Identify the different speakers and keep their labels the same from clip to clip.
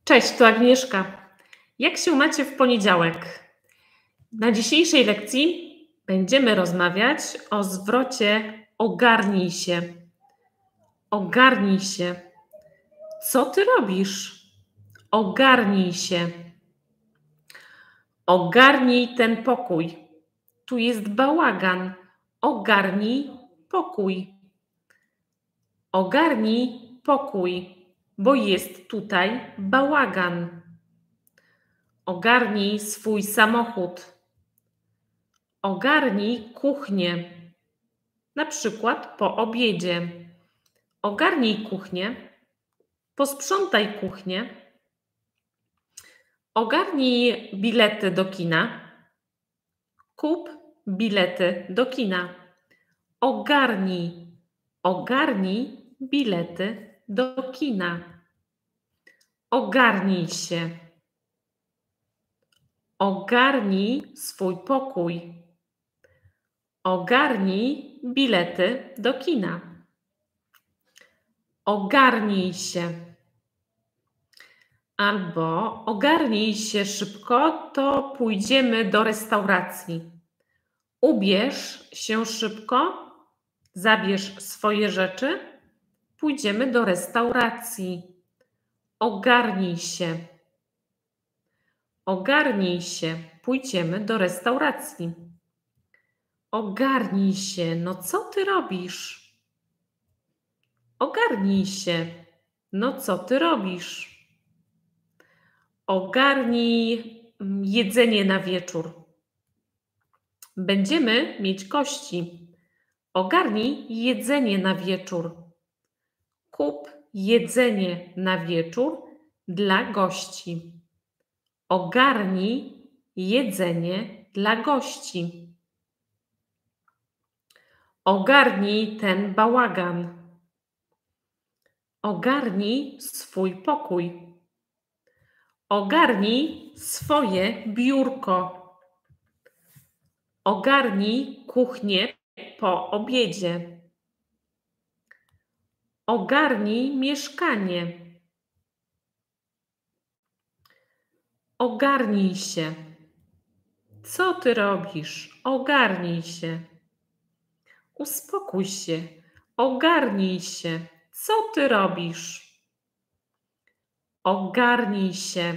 Speaker 1: Cześć, to Agnieszka. Jak się macie w poniedziałek? Na dzisiejszej lekcji będziemy rozmawiać o zwrocie ogarnij się. Ogarnij się. Co ty robisz? Ogarnij się. Ogarnij ten pokój. Tu jest bałagan. Ogarnij pokój. Ogarnij pokój, bo jest tutaj bałagan. Ogarnij swój samochód. Ogarnij kuchnię. Na przykład po obiedzie. Ogarnij kuchnię. Posprzątaj kuchnię. Ogarnij bilety do kina. Kup bilety do kina. Ogarnij bilety do kina. Ogarnij się. Ogarnij swój pokój. Ogarnij bilety do kina. Ogarnij się. Albo ogarnij się szybko, to pójdziemy do restauracji. Ubierz się szybko, zabierz swoje rzeczy, pójdziemy do restauracji. Ogarnij się. Ogarnij się, pójdziemy do restauracji. Ogarnij się, no co ty robisz? Ogarnij się, no co ty robisz? Ogarnij jedzenie na wieczór. Będziemy mieć gości. Ogarnij jedzenie na wieczór. Kup jedzenie na wieczór dla gości. Ogarnij jedzenie dla gości. Ogarnij ten bałagan. Ogarnij swój pokój. Ogarnij swoje biurko. Ogarnij kuchnię po obiedzie. Ogarnij mieszkanie. Ogarnij się. Co ty robisz? Ogarnij się. Uspokój się. Ogarnij się. Co ty robisz? Ogarnij się.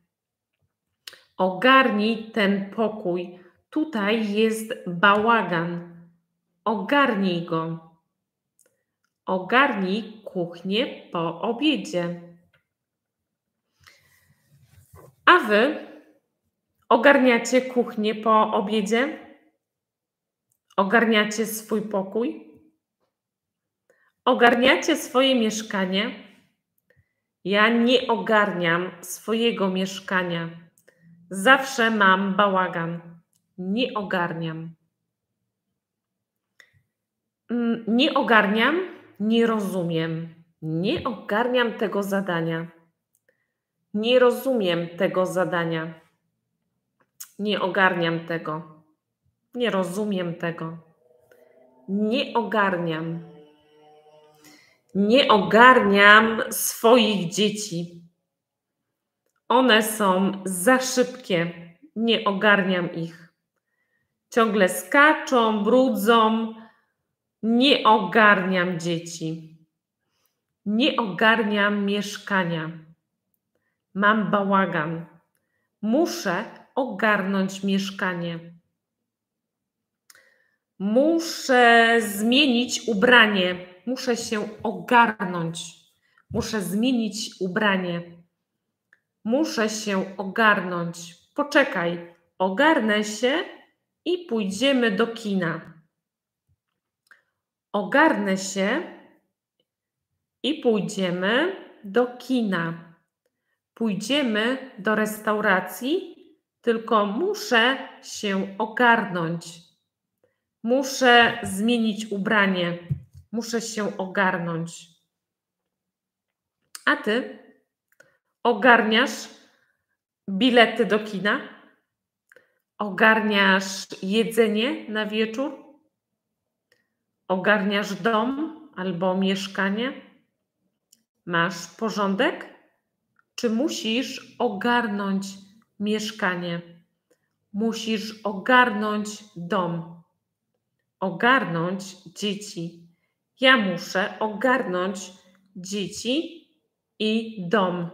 Speaker 1: Ogarnij ten pokój. Tutaj jest bałagan. Ogarnij go. Ogarnij kuchnię po obiedzie. A wy ogarniacie kuchnię po obiedzie? Ogarniacie swój pokój? Ogarniacie swoje mieszkanie? Ja nie ogarniam swojego mieszkania. Zawsze mam bałagan. Nie ogarniam. Nie ogarniam, nie rozumiem. Nie ogarniam tego zadania. Nie rozumiem tego zadania. Nie ogarniam tego. Nie rozumiem tego. Nie ogarniam. Nie ogarniam swoich dzieci. One są za szybkie. Nie ogarniam ich. Ciągle skaczą, brudzą. Nie ogarniam dzieci. Nie ogarniam mieszkania. Mam bałagan. Muszę ogarnąć mieszkanie. Muszę zmienić ubranie. Muszę się ogarnąć. Muszę zmienić ubranie. Muszę się ogarnąć. Poczekaj, ogarnę się i pójdziemy do kina. Ogarnę się i pójdziemy do kina. Pójdziemy do restauracji, tylko muszę się ogarnąć. Muszę zmienić ubranie. Muszę się ogarnąć. A ty ogarniasz bilety do kina? Ogarniasz jedzenie na wieczór? Ogarniasz dom albo mieszkanie? Masz porządek? Czy musisz ogarnąć mieszkanie? Musisz ogarnąć dom. Ogarnąć dzieci. Ja muszę ogarnąć dzieci i dom.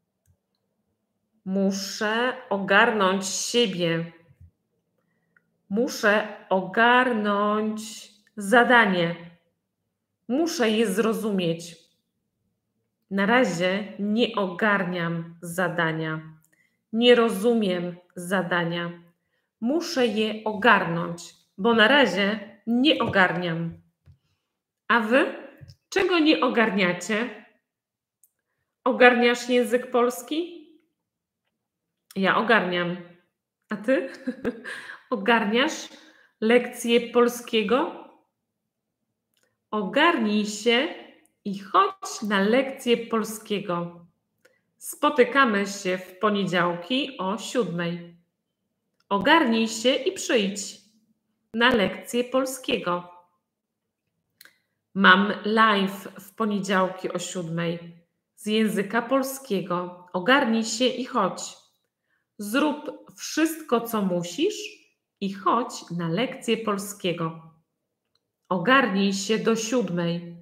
Speaker 1: Muszę ogarnąć siebie. Muszę ogarnąć zadanie. Muszę je zrozumieć. Na razie nie ogarniam zadania. Nie rozumiem zadania. Muszę je ogarnąć, bo na razie nie ogarniam. A wy? Czego nie ogarniacie? Ogarniasz język polski? Ja ogarniam. A ty? Ogarniasz lekcję polskiego? Ogarnij się i chodź na lekcję polskiego. Spotykamy się w poniedziałki o 7:00. Ogarnij się i przyjdź na lekcję polskiego. Mam live w poniedziałki o 7:00 z języka polskiego. Ogarnij się i chodź. Zrób wszystko, co musisz i chodź na lekcję polskiego. Ogarnij się do 7:00.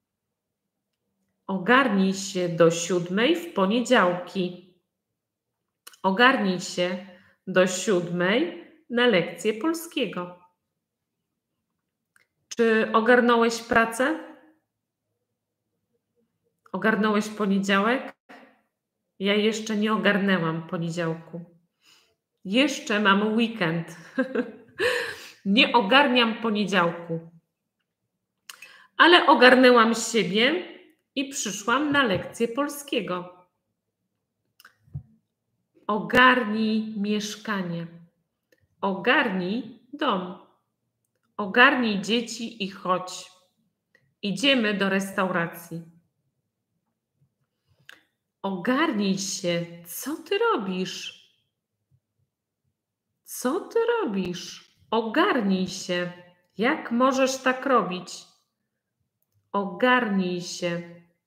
Speaker 1: Ogarnij się do 7:00 w poniedziałki. Ogarnij się do 7:00 na lekcję polskiego. Czy ogarnąłeś pracę? Ogarnąłeś poniedziałek? Ja jeszcze nie ogarnęłam poniedziałku. Jeszcze mam weekend. Nie ogarniam poniedziałku. Ale ogarnęłam siebie i przyszłam na lekcję polskiego. Ogarnij mieszkanie. Ogarnij dom. Ogarnij dzieci i chodź. Idziemy do restauracji. Ogarnij się. Co ty robisz? Co ty robisz? Ogarnij się. Jak możesz tak robić? Ogarnij się.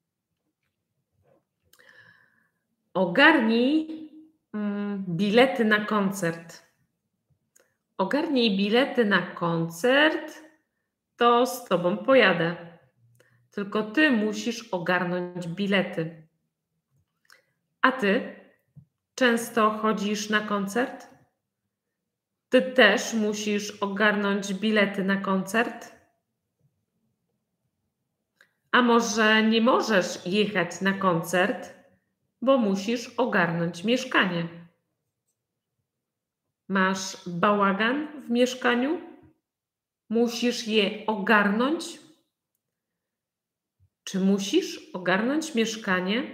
Speaker 1: Ogarnij bilety na koncert. Ogarnij bilety na koncert, to z tobą pojadę. Tylko ty musisz ogarnąć bilety. A ty często chodzisz na koncert? Ty też musisz ogarnąć bilety na koncert? A może nie możesz jechać na koncert, bo musisz ogarnąć mieszkanie? Masz bałagan w mieszkaniu? Musisz je ogarnąć? Czy musisz ogarnąć mieszkanie?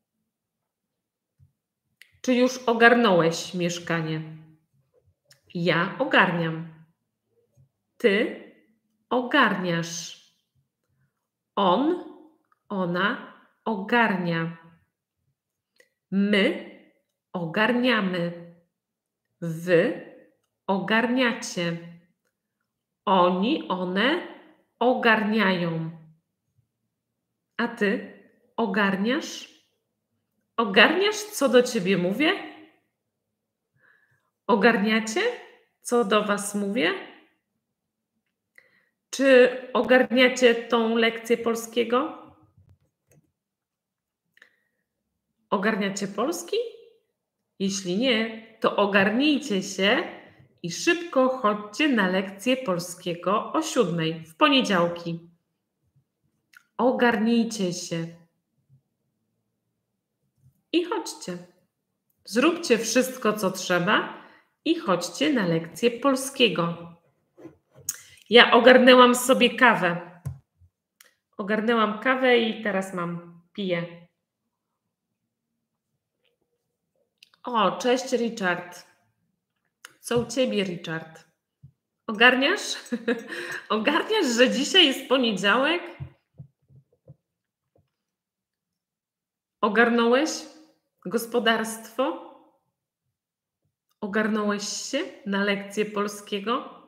Speaker 1: Czy już ogarnąłeś mieszkanie? Ja ogarniam. Ty ogarniasz. On, ona ogarnia. My ogarniamy. Wy ogarniacie. Oni, one ogarniają. A ty ogarniasz? Ogarniasz, co do ciebie mówię? Ogarniacie, co do was mówię? Czy ogarniacie tą lekcję polskiego? Ogarniacie polski? Jeśli nie, to ogarnijcie się i szybko chodźcie na lekcję polskiego o 7:00 w poniedziałki. Ogarnijcie się i chodźcie. Zróbcie wszystko, co trzeba i chodźcie na lekcję polskiego. Ja ogarnęłam sobie kawę. Ogarnęłam kawę i teraz piję. O, cześć Richard. Co u ciebie, Richard? Ogarniasz? Ogarniasz, że dzisiaj jest poniedziałek? Ogarnąłeś gospodarstwo? Ogarnąłeś się na lekcję polskiego?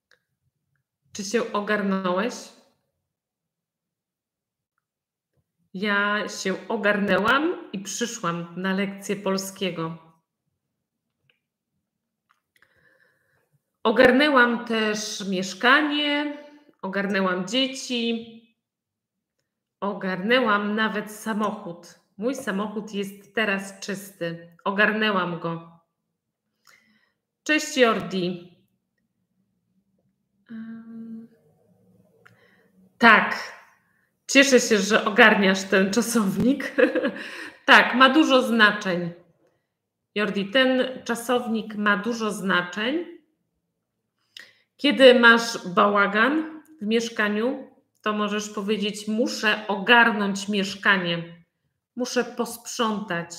Speaker 1: Czy się ogarnąłeś? Ja się ogarnęłam i przyszłam na lekcję polskiego. Ogarnęłam też mieszkanie, ogarnęłam dzieci, ogarnęłam nawet samochód. Mój samochód jest teraz czysty. Ogarnęłam go. Cześć Jordi. Tak, cieszę się, że ogarniasz ten czasownik. Tak, ma dużo znaczeń. Jordi, ten czasownik ma dużo znaczeń. Kiedy masz bałagan w mieszkaniu, to możesz powiedzieć: muszę ogarnąć mieszkanie, muszę posprzątać,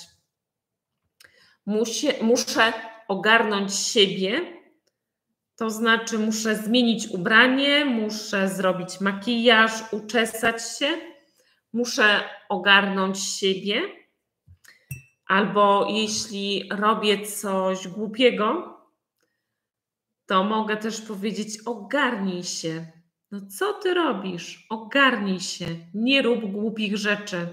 Speaker 1: muszę ogarnąć siebie, to znaczy muszę zmienić ubranie, muszę zrobić makijaż, uczesać się, muszę ogarnąć siebie. Albo jeśli robię coś głupiego, to mogę też powiedzieć: ogarnij się. No co ty robisz? Ogarnij się. Nie rób głupich rzeczy.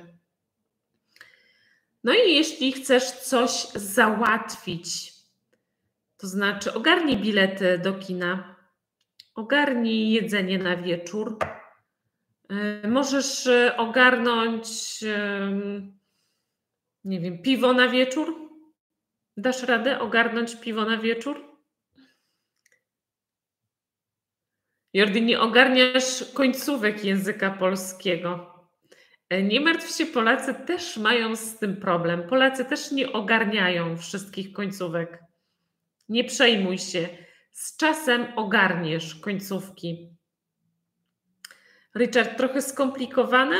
Speaker 1: No i jeśli chcesz coś załatwić, to znaczy ogarnij bilety do kina, ogarnij jedzenie na wieczór. Możesz ogarnąć, nie wiem, piwo na wieczór? Dasz radę ogarnąć piwo na wieczór? Jordi, nie ogarniasz końcówek języka polskiego. Nie martw się, Polacy też mają z tym problem. Polacy też nie ogarniają wszystkich końcówek. Nie przejmuj się. Z czasem ogarniesz końcówki. Richard, trochę skomplikowane?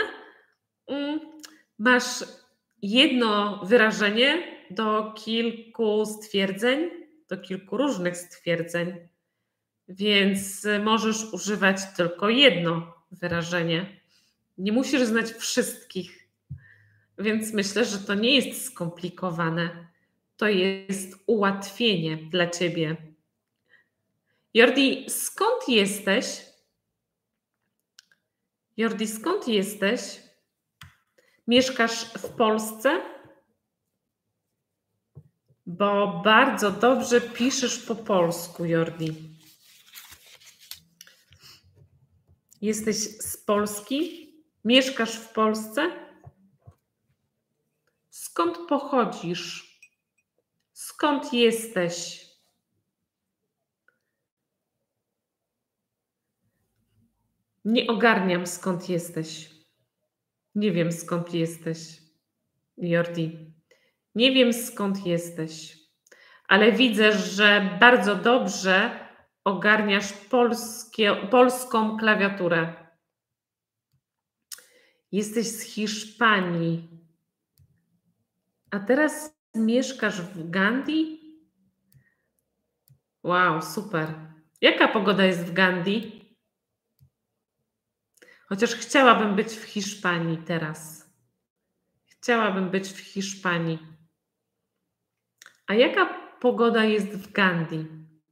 Speaker 1: Masz jedno wyrażenie do kilku stwierdzeń, do kilku różnych stwierdzeń, więc możesz używać tylko jedno wyrażenie. Nie musisz znać wszystkich, więc myślę, że to nie jest skomplikowane. To jest ułatwienie dla ciebie. Jordi, skąd jesteś? Jordi, skąd jesteś? Mieszkasz w Polsce? Bo bardzo dobrze piszesz po polsku, Jordi. Jesteś z Polski? Mieszkasz w Polsce? Skąd pochodzisz? Skąd jesteś? Nie ogarniam, skąd jesteś. Nie wiem, skąd jesteś, Jordi. Nie wiem, skąd jesteś, ale widzę, że bardzo dobrze ogarniasz polską klawiaturę. Jesteś z Hiszpanii, a teraz mieszkasz w Gandhi? Wow, super. Jaka pogoda jest w Gandhi? Chociaż chciałabym być w Hiszpanii teraz. Chciałabym być w Hiszpanii. A jaka pogoda jest w Gandhi?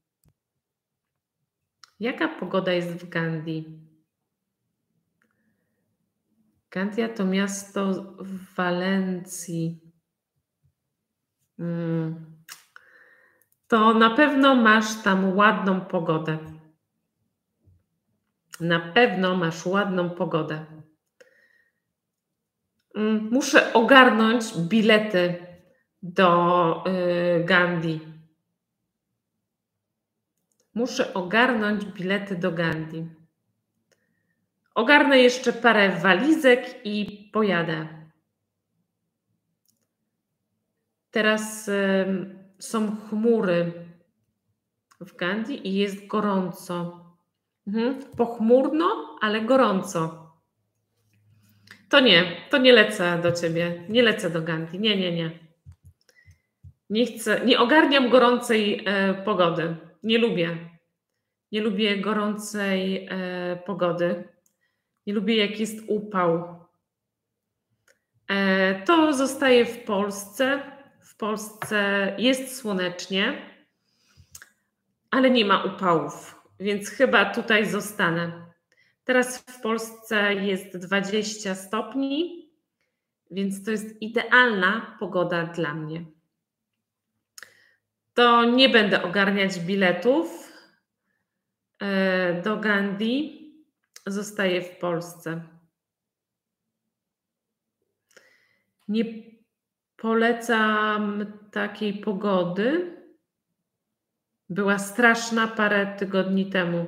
Speaker 1: Jaka pogoda jest w Gandhi? Gandia to miasto w Walencji. To na pewno masz tam ładną pogodę. Na pewno masz ładną pogodę. Muszę ogarnąć bilety do Gandhi. Muszę ogarnąć bilety do Gandhi. Ogarnę jeszcze parę walizek i pojadę. Teraz są chmury w Gandhi i jest gorąco. Pochmurno, ale gorąco. To nie lecę do ciebie. Nie lecę do Gandhi. Nie. Nie chcę, nie ogarniam gorącej pogody. Nie lubię. Nie lubię gorącej pogody. Nie lubię, jak jest upał. To zostaje w Polsce. W Polsce jest słonecznie, ale nie ma upałów, więc chyba tutaj zostanę. Teraz w Polsce jest 20 stopni, Więc to jest idealna pogoda dla mnie. To nie będę ogarniać biletów do Gandhi. Zostaję w Polsce. Nie polecam takiej pogody. Była straszna parę tygodni temu.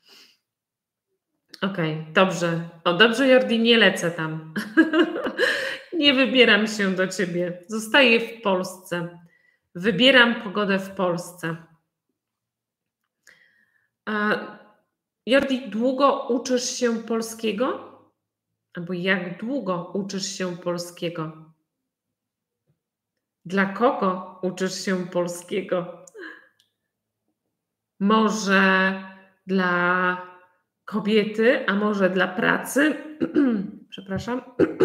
Speaker 1: Okej, dobrze. O, dobrze, Jordi, nie lecę tam. Nie wybieram się do ciebie. Zostaję w Polsce. Wybieram pogodę w Polsce. Jordi, długo uczysz się polskiego? Albo jak długo uczysz się polskiego? Dla kogo uczysz się polskiego? Może dla kobiety, a może dla pracy? Przepraszam.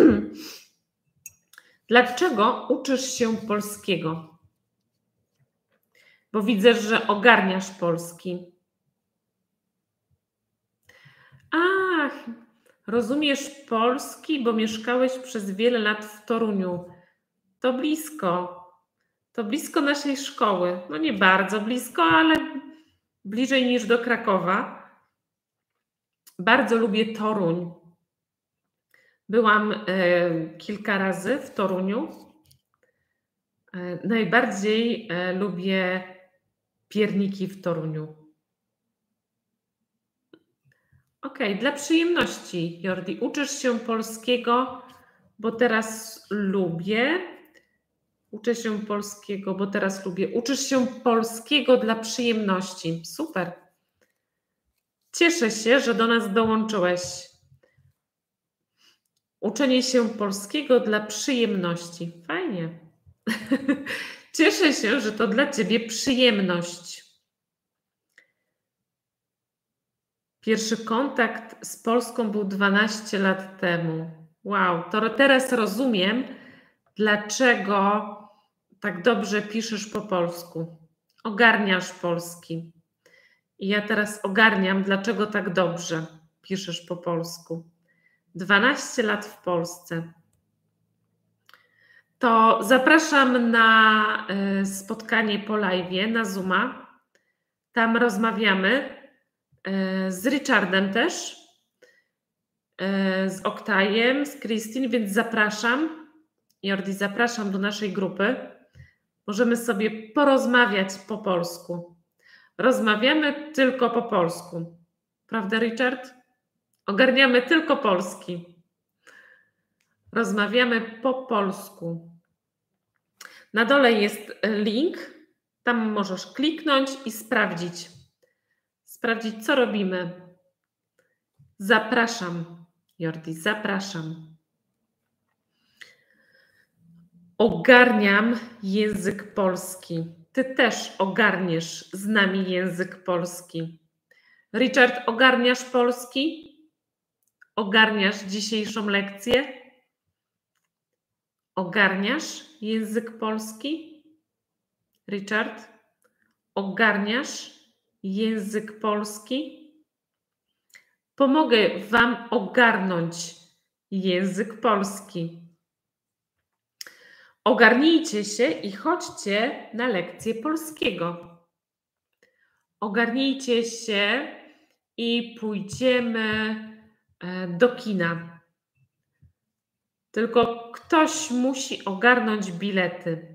Speaker 1: Dlaczego uczysz się polskiego? Bo widzę, że ogarniasz polski. Ach, rozumiesz polski, bo mieszkałeś przez wiele lat w Toruniu. To blisko. To blisko naszej szkoły. No nie bardzo blisko, ale bliżej niż do Krakowa. Bardzo lubię Toruń. Byłam kilka razy w Toruniu. Najbardziej lubię pierniki w Toruniu. Okej, dla przyjemności, Jordi. Uczysz się polskiego, bo teraz lubię. Uczę się polskiego, bo teraz lubię. Uczysz się polskiego dla przyjemności. Super. Cieszę się, że do nas dołączyłeś. Uczenie się polskiego dla przyjemności. Fajnie. Cieszę się, że to dla ciebie przyjemność. Pierwszy kontakt z Polską był 12 lat temu. Wow, to teraz rozumiem, dlaczego tak dobrze piszesz po polsku. Ogarniasz polski. I ja teraz ogarniam, dlaczego tak dobrze piszesz po polsku. 12 lat w Polsce. To zapraszam na spotkanie po live'ie, na Zooma. Tam rozmawiamy z Richardem też, z Oktajem, z Christine, więc zapraszam. Jordi, zapraszam do naszej grupy. Możemy sobie porozmawiać po polsku. Rozmawiamy tylko po polsku. Prawda, Richard? Ogarniamy tylko polski. Rozmawiamy po polsku. Na dole jest link. Tam możesz kliknąć i sprawdzić. Sprawdzić, co robimy. Zapraszam, Jordi, zapraszam. Ogarniam język polski. Ty też ogarniesz z nami język polski. Richard, ogarniasz polski? Ogarniasz dzisiejszą lekcję? Ogarniasz język polski? Richard, ogarniasz język polski? Pomogę wam ogarnąć język polski. Ogarnijcie się i chodźcie na lekcję polskiego. Ogarnijcie się i pójdziemy do kina. Tylko ktoś musi ogarnąć bilety.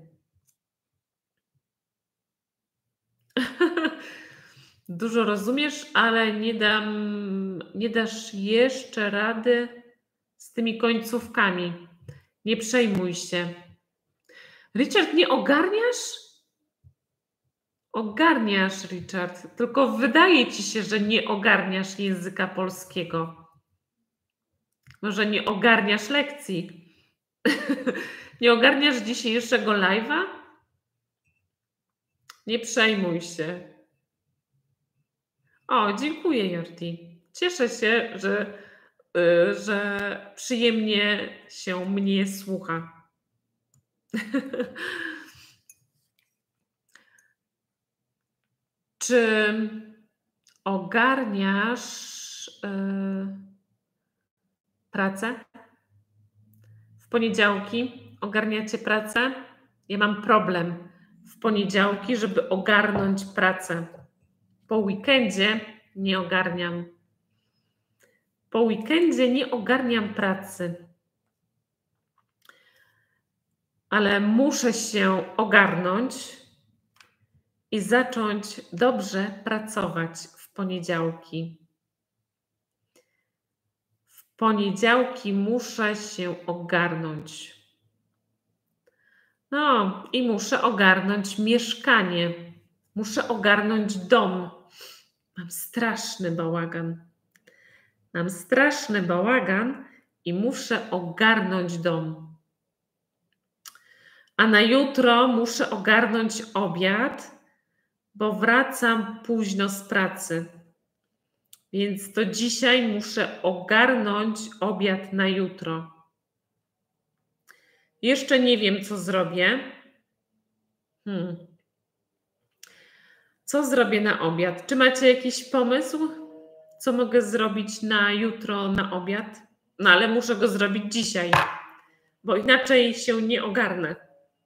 Speaker 1: Dużo rozumiesz, ale nie dasz jeszcze rady z tymi końcówkami. Nie przejmuj się. Richard, nie ogarniasz? Ogarniasz, Richard, tylko wydaje ci się, że nie ogarniasz języka polskiego. Może nie ogarniasz lekcji? Nie ogarniasz dzisiejszego live'a? Nie przejmuj się. O, dziękuję, Jordi. Cieszę się, że przyjemnie się mnie słucha. Czy ogarniasz pracę? W poniedziałki ogarniacie pracę? Ja mam problem w poniedziałki, żeby ogarnąć pracę. Po weekendzie nie ogarniam. Po weekendzie nie ogarniam pracy. Ale muszę się ogarnąć i zacząć dobrze pracować w poniedziałki. W poniedziałki muszę się ogarnąć. No i muszę ogarnąć mieszkanie. Muszę ogarnąć dom. Mam straszny bałagan. Mam straszny bałagan i muszę ogarnąć dom. A na jutro muszę ogarnąć obiad, bo wracam późno z pracy. Więc to dzisiaj muszę ogarnąć obiad na jutro. Jeszcze nie wiem, co zrobię. Co zrobię na obiad? Czy macie jakiś pomysł, co mogę zrobić na jutro na obiad? No ale muszę go zrobić dzisiaj, bo inaczej się nie ogarnę.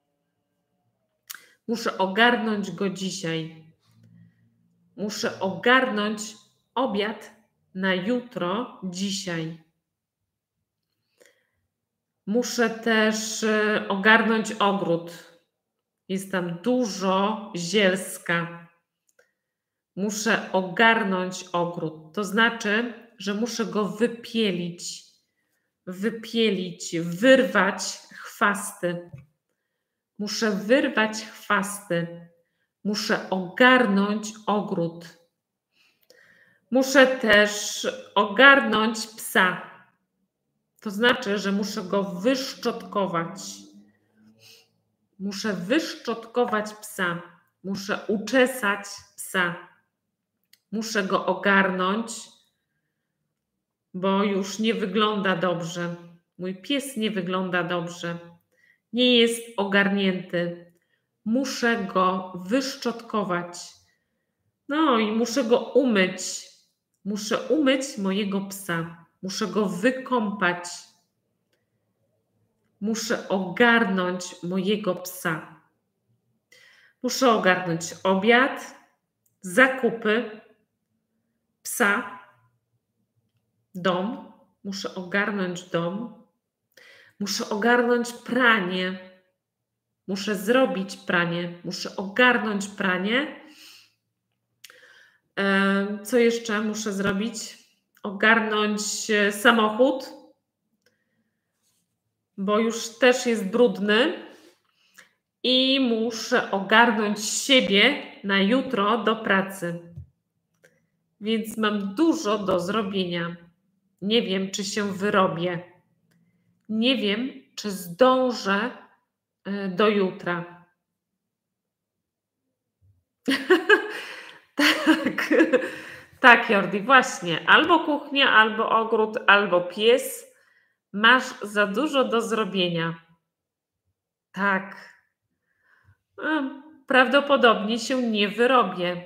Speaker 1: Muszę ogarnąć go dzisiaj. Muszę ogarnąć obiad na jutro dzisiaj. Muszę też ogarnąć ogród. Jest tam dużo zielska. Muszę ogarnąć ogród. To znaczy, że muszę go wypielić, wyrwać chwasty. Muszę wyrwać chwasty. Muszę ogarnąć ogród. Muszę też ogarnąć psa. To znaczy, że muszę go wyszczotkować. Muszę wyszczotkować psa. Muszę uczesać psa. Muszę go ogarnąć, bo już nie wygląda dobrze. Mój pies nie wygląda dobrze. Nie jest ogarnięty. Muszę go wyszczotkować. No i muszę go umyć. Muszę umyć mojego psa. Muszę go wykąpać. Muszę ogarnąć mojego psa. Muszę ogarnąć obiad, zakupy, psa, dom. Muszę ogarnąć dom. Muszę ogarnąć pranie. Muszę zrobić pranie. Muszę ogarnąć pranie. Co jeszcze muszę zrobić? Ogarnąć samochód, bo już też jest brudny. I muszę ogarnąć siebie na jutro do pracy. Więc mam dużo do zrobienia. Nie wiem, czy się wyrobię. Nie wiem, czy zdążę do jutra. Tak, Jordi, właśnie. Albo kuchnia, albo ogród, albo pies. Masz za dużo do zrobienia. Tak. Prawdopodobnie się nie wyrobię.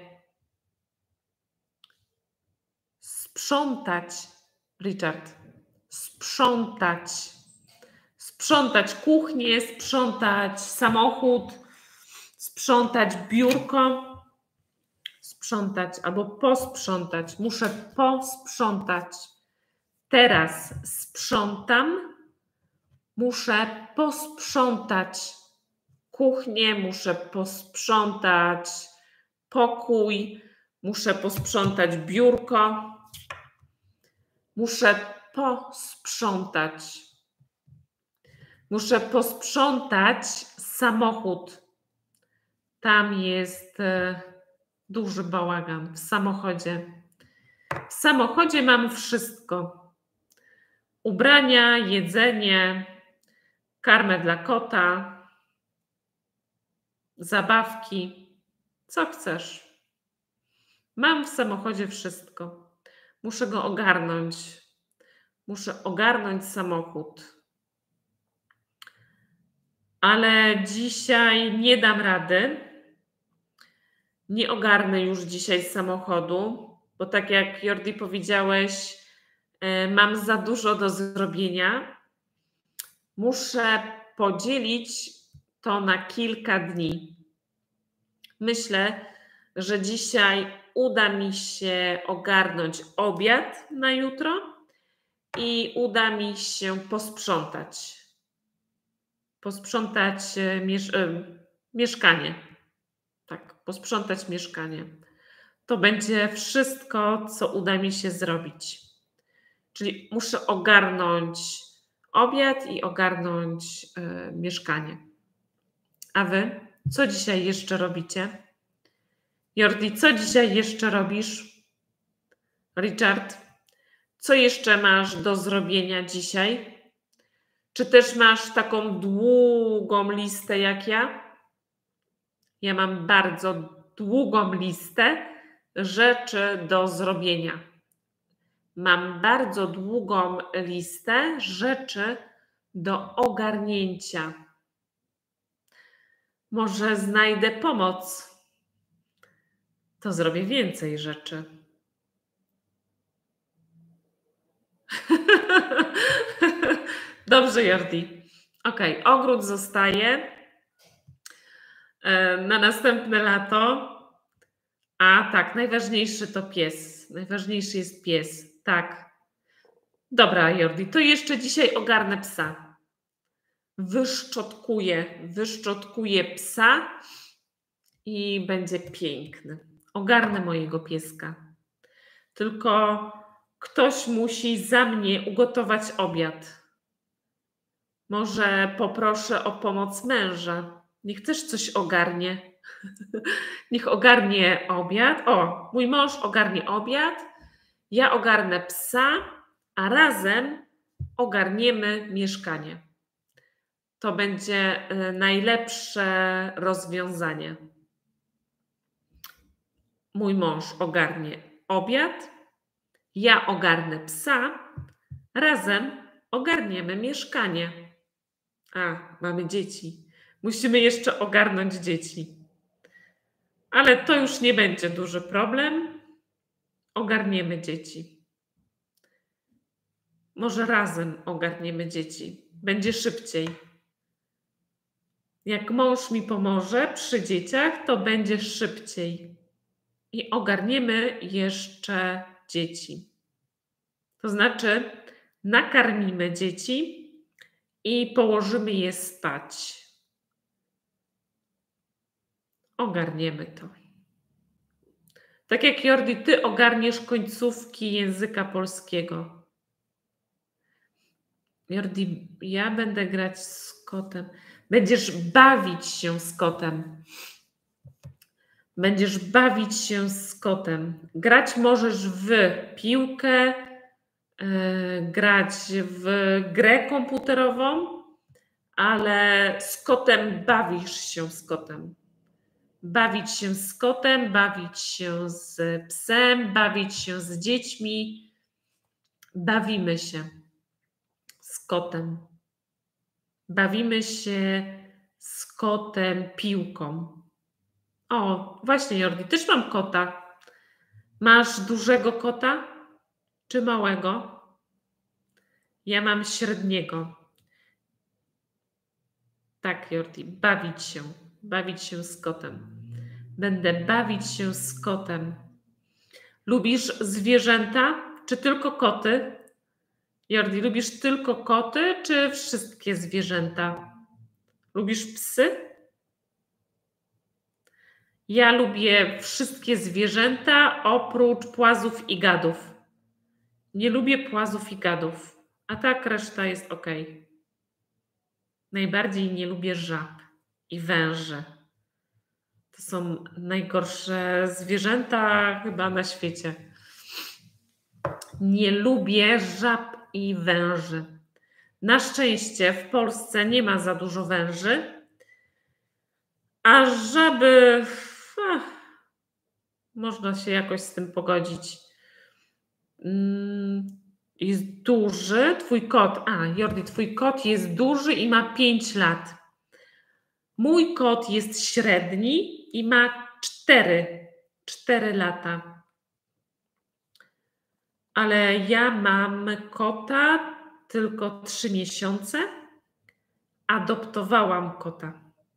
Speaker 1: Sprzątać, Richard. Sprzątać. Sprzątać kuchnię, sprzątać samochód, sprzątać biurko. Sprzątać albo posprzątać. Muszę posprzątać. Teraz sprzątam. Muszę posprzątać kuchnię, muszę posprzątać pokój, muszę posprzątać biurko. Muszę posprzątać. Muszę posprzątać samochód. Tam jest duży bałagan w samochodzie. W samochodzie mam wszystko. Ubrania, jedzenie, karmę dla kota, zabawki, co chcesz. Mam w samochodzie wszystko. Muszę go ogarnąć. Muszę ogarnąć samochód. Ale dzisiaj nie dam rady. Nie ogarnę już dzisiaj samochodu, bo tak jak Jordi powiedziałeś, mam za dużo do zrobienia. Muszę podzielić to na kilka dni. Myślę, że dzisiaj uda mi się ogarnąć obiad na jutro i uda mi się posprzątać. Posprzątać mieszkanie. Tak, posprzątać mieszkanie. To będzie wszystko, co uda mi się zrobić. Czyli muszę ogarnąć obiad i ogarnąć mieszkanie. A wy? Co dzisiaj jeszcze robicie? Jordi, co dzisiaj jeszcze robisz? Richard, co jeszcze masz do zrobienia dzisiaj? Czy też masz taką długą listę jak ja? Ja mam bardzo długą listę rzeczy do zrobienia. Mam bardzo długą listę rzeczy do ogarnięcia. Może znajdę pomoc. To zrobię więcej rzeczy. Dobrze, Jordi. Okej, ogród zostaje na następne lato. A tak, najważniejszy to pies. Najważniejszy jest pies. Tak. Dobra, Jordi, to jeszcze dzisiaj ogarnę psa. Wyszczotkuję psa i będzie piękny. Ogarnę mojego pieska. Tylko ktoś musi za mnie ugotować obiad. Może poproszę o pomoc męża. Niech też coś ogarnie. Niech ogarnie obiad. O, mój mąż ogarnie obiad, ja ogarnę psa, a razem ogarniemy mieszkanie. To będzie najlepsze rozwiązanie. Mój mąż ogarnie obiad, ja ogarnę psa, razem ogarniemy mieszkanie. A, mamy dzieci. Musimy jeszcze ogarnąć dzieci. Ale to już nie będzie duży problem. Ogarniemy dzieci. Może razem ogarniemy dzieci. Będzie szybciej. Jak mąż mi pomoże przy dzieciach, to będzie szybciej. I ogarniemy jeszcze dzieci. To znaczy, nakarmimy dzieci i położymy je spać. Ogarniemy to. Tak jak Jordi, ty ogarniesz końcówki języka polskiego. Jordi, ja będę grać z kotem. Będziesz bawić się z kotem. Będziesz bawić się z kotem. Grać możesz w piłkę, grać w grę komputerową, ale z kotem bawisz się z kotem. Bawić się z kotem, bawić się z psem, bawić się z dziećmi. Bawimy się z kotem. Bawimy się z kotem piłką. O, właśnie, Jordi, też mam kota. Masz dużego kota czy małego? Ja mam średniego. Tak, Jordi, bawić się z kotem. Będę bawić się z kotem. Lubisz zwierzęta, czy tylko koty? Jordi, lubisz tylko koty, czy wszystkie zwierzęta? Lubisz psy? Ja lubię wszystkie zwierzęta oprócz płazów i gadów. Nie lubię płazów i gadów, a tak reszta jest ok. Najbardziej nie lubię żab i węży. To są najgorsze zwierzęta chyba na świecie. Nie lubię żab i węży. Na szczęście w Polsce nie ma za dużo węży, a żaby można się jakoś z tym pogodzić. Jest duży twój kot. Jordi, twój kot jest duży i ma 5 lat. Mój kot jest średni i ma 4 lata. Ale ja mam kota tylko 3 miesiące Adoptowałam kota.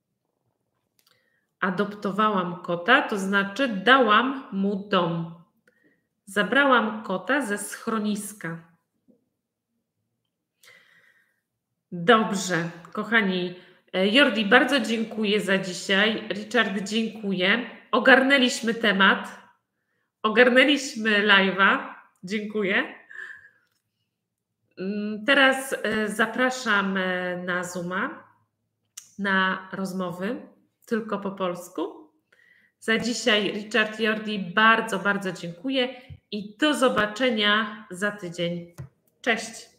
Speaker 1: Adoptowałam kota, to znaczy dałam mu dom. Zabrałam kota ze schroniska. Dobrze, kochani. Jordi, bardzo dziękuję za dzisiaj. Richard, dziękuję. Ogarnęliśmy temat. Ogarnęliśmy live'a. Dziękuję. Teraz zapraszam na Zooma, na rozmowy tylko po polsku. Za dzisiaj Richard, Jordi, bardzo, bardzo dziękuję i do zobaczenia za tydzień. Cześć!